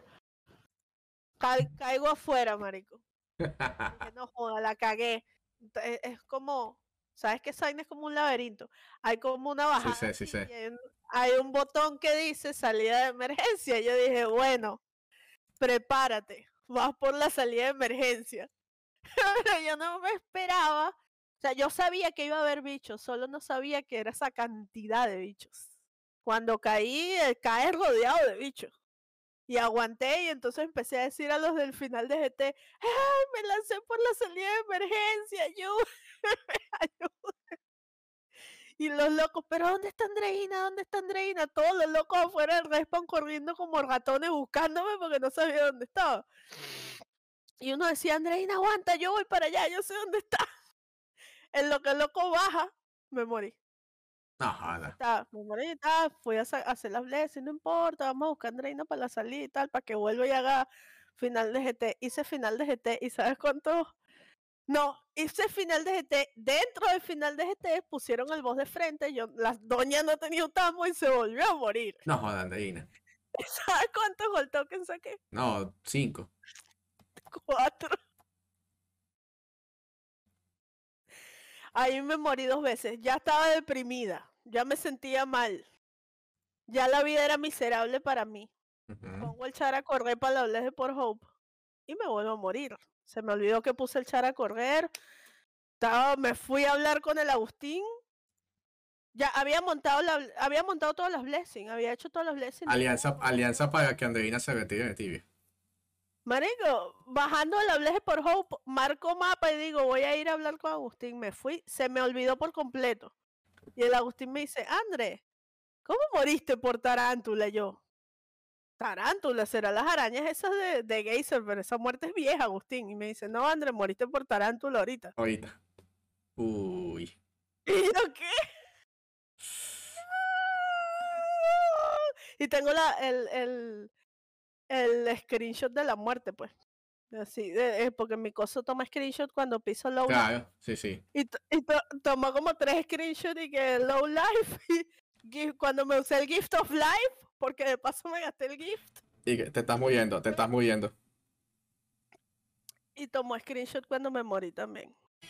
Ca- caigo afuera, marico. Dije, no joda, la cagué. Ent- Es, es como, ¿sabes qué Sign es como un laberinto? Hay como una Sí bajada sé, sí así y sé. hay un, hay un botón que dice salida de emergencia. Yo dije, bueno, prepárate, vas por la salida de emergencia. Pero yo no me esperaba. O sea, yo sabía que iba a haber bichos, solo no sabía que era esa cantidad de bichos. Cuando caí, eh, caes rodeado de bichos. Y aguanté y entonces empecé a decir a los del final de G T, ¡ay, me lancé por la salida de emergencia! ¡Ayúdame! ayúdame". Y los locos, ¿pero dónde está Andreina? ¿Dónde está Andreina? Todos los locos afuera del respawn corriendo como ratones buscándome porque no sabía dónde estaba. Y uno decía, Andreina, aguanta, yo voy para allá, yo sé dónde está. En lo que el loco baja, me morí. No, Y ya joda. está, me morí y tal, fui a, sa- a hacer las blessings, no importa, vamos a buscar a Andreina para la salida y tal, para que vuelva y haga final de G T. Hice final de G T y ¿sabes cuánto? No, hice final de G T. Dentro del final de G T pusieron el boss de frente, yo, la doña no tenía utamo y se volvió a morir. No, joda, Andreina. ¿Sabes cuántos gold tokens saqué? No, cinco. Cuatro. Ahí me morí dos veces. Ya estaba deprimida. Ya me sentía mal. Ya la vida era miserable para mí. Ujú. Pongo el char a correr para la Blaze de por Hope y me vuelvo a morir. Se me olvidó que puse el char a correr. Estaba, me fui a hablar con el Agustín. Ya había montado la, había montado todas las blessings, había hecho todas las blessings. Alianza, alianza para que Andreina se retire de Tibia. Marico, bajando la Blaze por Hope, marco mapa y digo, voy a ir a hablar con Agustín. Me fui, se me olvidó por completo. Y el Agustín me dice, André, ¿cómo moriste por tarántula? Y yo, tarántula, serán las arañas esas de, de Geyser, pero esa muerte es vieja, Agustín. Y me dice, no, André, moriste por tarántula ahorita. Ahorita. Uy. ¿Y yo qué? Y tengo la, el, el, el screenshot de la muerte, pues. Así, de, eh, porque mi coso toma screenshot cuando piso low life. Claro, sí, sí. Y, t- y to- tomó como tres screenshots y que low life. Y gi- cuando me usé el gift of life, porque de paso me gasté el gift. Y que te estás muriendo, te estás muriendo. Y tomó screenshot cuando me morí también.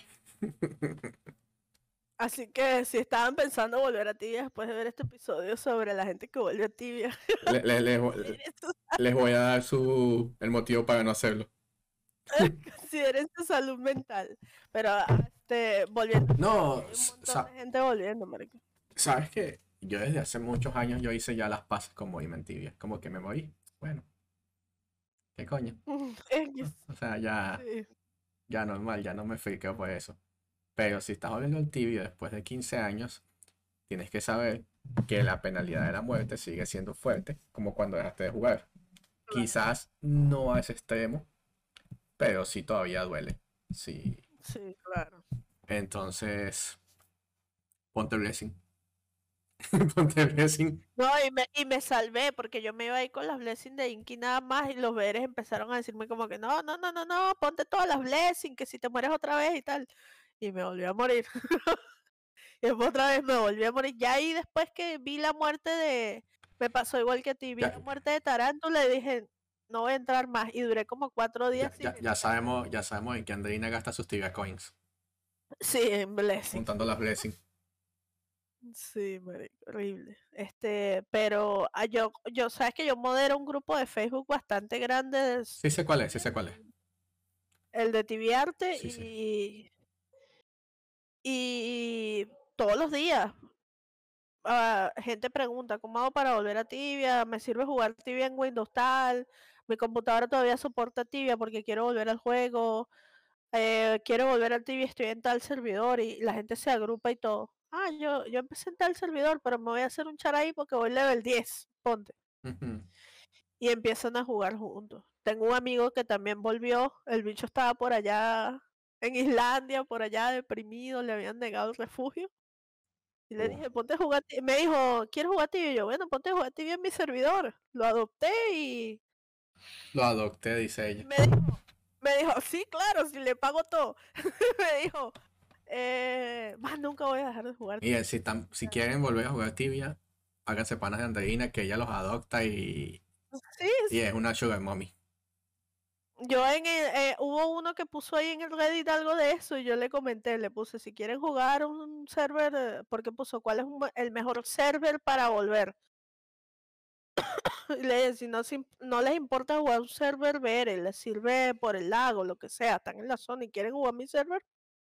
Así que si estaban pensando volver a Tibia después de ver este episodio sobre la gente que vuelve a Tibia, Le- le- les, voy- consideren su, les voy a dar su, el motivo para no hacerlo. consideren su salud mental. Pero este, volviendo. No, Hay un s- montón sa- de gente volviendo, marico. sabes que yo desde hace muchos años yo hice ya las paces con morirme en Tibia. Como que me morí. Bueno, ¿qué coño? Es que O sea, ya, sí. ya normal, ya no me friqueo por eso. Pero si estás volviendo al Tibia después de quince años, tienes que saber que la penalidad de la muerte sigue siendo fuerte, como cuando dejaste de jugar. Quizás no a ese extremo, pero sí todavía duele. Sí. Sí, claro. Entonces, ponte blessing. Ponte blessing. No, y me, y me salvé porque yo me iba ahí con las blessings de Inky nada más y los veres empezaron a decirme como que no, no, no, no, no, ponte todas las blessings, que si te mueres otra vez y tal. Y me volví a morir. Y después otra vez me volví a morir. Ya ahí después que vi la muerte de... Me pasó igual que a ti, vi Ya, la muerte de Tarántula y dije, no voy a entrar más. Y duré como cuatro ya, días sin ya, ya entrar. sabemos, ya sabemos en qué Andreina gasta sus Tibia Coins. Sí, en blessing. Juntando las blessing. Sí, marico, horrible. Este, pero ah, yo, yo, sabes que yo modero un grupo de Facebook bastante grande, de Sí sé cuál es, sí sé cuál es. el de Tibiarte, Sí, sí. y, y todos los días ah, gente pregunta, ¿cómo hago para volver a Tibia? ¿Me sirve jugar Tibia en Windows tal? Mi computadora todavía soporta Tibia porque quiero volver al juego. eh, quiero volver al Tibia, estoy en tal servidor y la gente se agrupa y todo. Ah, yo, yo empecé en tal servidor, pero me voy a hacer un char ahí porque voy level diez, ponte. Ujú. Y empiezan a jugar juntos. Tengo un amigo que también volvió, el bicho estaba por allá en Islandia, por allá deprimido, le habían negado el refugio. Y le Uh, dije, ponte a jugar, ti-". Me dijo, ¿quieres jugar tibia? Y yo, bueno, ponte a jugar tibia en mi servidor. Lo adopté y lo adopté, dice y ella. me dijo, me dijo, sí, claro, si le pago todo. Me dijo, eh, más nunca voy a dejar de jugar Y eh, tibia. si, tam- si quieren volver a jugar Tibia, háganse panas de Andreina, que ella los adopta y, Sí, y es sí. una sugar mommy. Yo en el, eh, hubo uno que puso ahí en el Reddit algo de eso y yo le comenté, le puse, si quieren jugar un server, eh, porque puso, ¿cuál es un me- el mejor server para volver? Y le dije, si no, si no les importa jugar un server, ver, les sirve por el lago, lo que sea, están en la zona y quieren jugar mi server,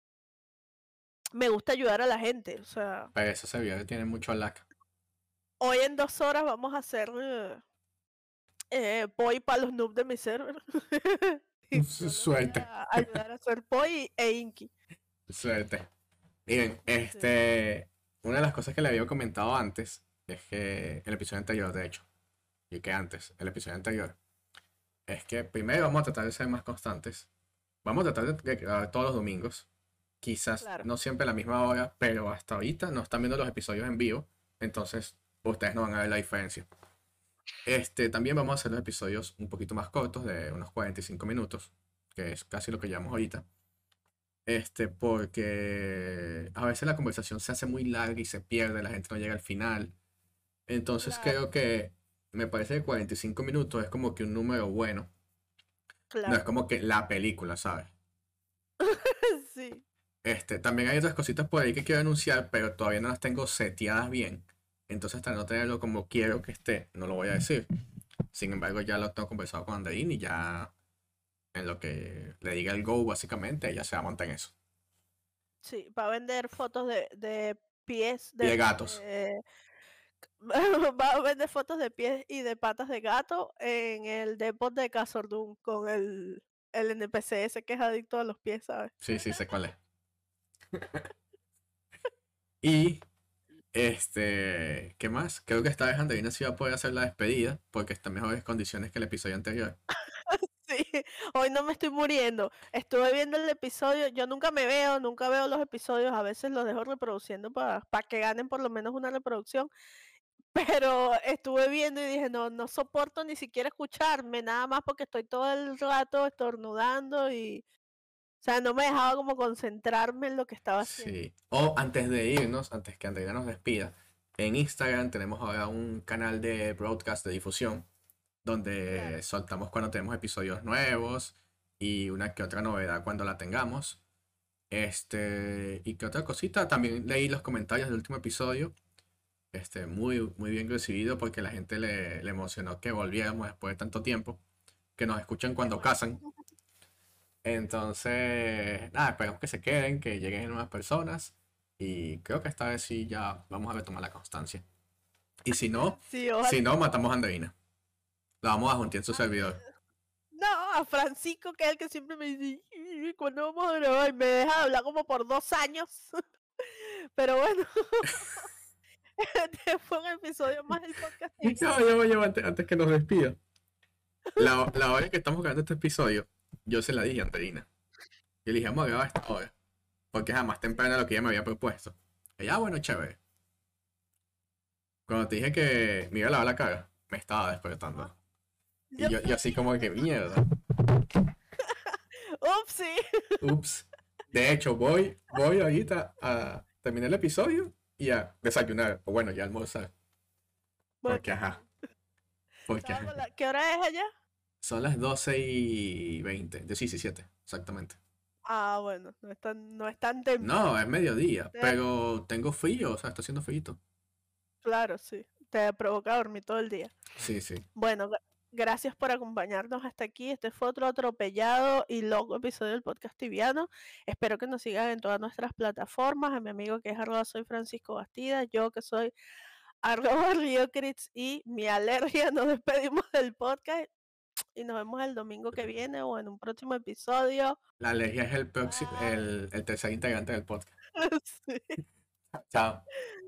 me gusta ayudar a la gente. O sea, Pero eso se vio que tiene mucho lag. hoy en dos horas vamos a hacer eh, eh, poi para los noobs de mi server. Y Su- yo los voy Suerte, a ayudar a hacer poi e inky. suerte. Miren, Sí. este, una de las cosas que le había comentado antes es que el episodio anterior, de hecho, y que antes, el episodio anterior, es que primero vamos a tratar de ser más constantes. Vamos a tratar de grabar todos los domingos. Quizás Claro. no siempre a la misma hora, pero hasta ahorita no están viendo los episodios en vivo, entonces ustedes no van a ver la diferencia. Este, también vamos a hacer los episodios un poquito más cortos, de unos cuarenta y cinco minutos, que es casi lo que llevamos ahorita. Este, porque a veces la conversación se hace muy larga y se pierde, la gente no llega al final. Entonces Claro. creo que me parece que cuarenta y cinco minutos es como que un número bueno. No es Claro. como que la película, ¿sabes? Sí. Este, también hay otras cositas por ahí que quiero anunciar, pero todavía no las tengo seteadas bien. Entonces, hasta no tenerlo como quiero que esté, no lo voy a decir. Sin embargo, ya lo tengo conversado con Andreina y ya en lo que le diga el go, básicamente, ella se va a montar en eso. Sí, va a vender fotos de, de pies Y de, de gatos. de- va a vender fotos de pies y de patas de gato en el depot de Casordun con el, el N P C ese que es adicto a los pies, ¿sabes? Sí, sí, sé cuál es. Y, este, ¿qué más? Creo que esta vez Andreina sí va a poder hacer la despedida, porque está en mejores condiciones que el episodio anterior. Sí, hoy no me estoy muriendo. Estuve viendo el episodio, yo nunca me veo, nunca veo los episodios, a veces los dejo reproduciendo para que ganen por lo menos una reproducción, pero estuve viendo y dije, no, no soporto ni siquiera escucharme, nada más porque estoy todo el rato estornudando y, o sea, no me dejaba como concentrarme en lo que estaba haciendo. Sí. O antes de irnos, antes que Andreina nos despida, en Instagram tenemos ahora un canal de broadcast de difusión Claro. donde soltamos cuando tenemos episodios nuevos y una que otra novedad cuando la tengamos. Este, y que otra cosita, también leí los comentarios del último episodio. Este, muy, muy bien recibido porque la gente le, le emocionó que volviéramos después de tanto tiempo, que nos escuchan Qué cuando bueno. casan. Entonces, nada, esperamos que se queden, que lleguen nuevas personas y creo que esta vez sí ya vamos a retomar la constancia. Y si no, Sí, ojalá. si no, matamos a Andreina. La vamos a juntar en su servidor. No, a Francisco, que es el que siempre me dice, "Y, ¿cuándo vamos a grabar?" Y me deja hablar como por dos años. Pero bueno, este fue un episodio más del podcast Ya, tibiano. ya, ya, antes, antes que nos despida. La, la hora que estamos grabando este episodio, yo se la dije a Andreina. Yo le dije, vamos a grabar esta hora. Porque es más temprano de lo que ella me había propuesto. Ella, ah, bueno, chévere. Cuando te dije que me iba a lavar la cara, me estaba despertando. Y Yo yo, yo así sabía. como de que mierda. Upsi. Ups. De hecho, voy, voy ahorita a terminar el episodio y a desayunar. O bueno, ya almorzar. Bueno, Porque ajá. Porque estaba ajá. con la- ¿qué hora es allá? Son las doce y veinte. De diecisiete, exactamente. Ah, bueno, no es tan, no es tan temprano. No, es mediodía, Te- pero tengo frío, o sea, está haciendo frío. claro, sí. Te provoca dormir todo el día. Sí, sí. Bueno, gra- gracias por acompañarnos hasta aquí. Este fue otro atropellado y loco episodio del podcast tibiano. Espero que nos sigan en todas nuestras plataformas. A mi amigo que es arroba soy Francisco Bastida, yo que soy arroba Riocritz y mi alergia. Nos despedimos del podcast y nos vemos el domingo que viene o en un próximo episodio. La alergia es el próximo, Bye. el, el tercer integrante del podcast. Sí. Chao.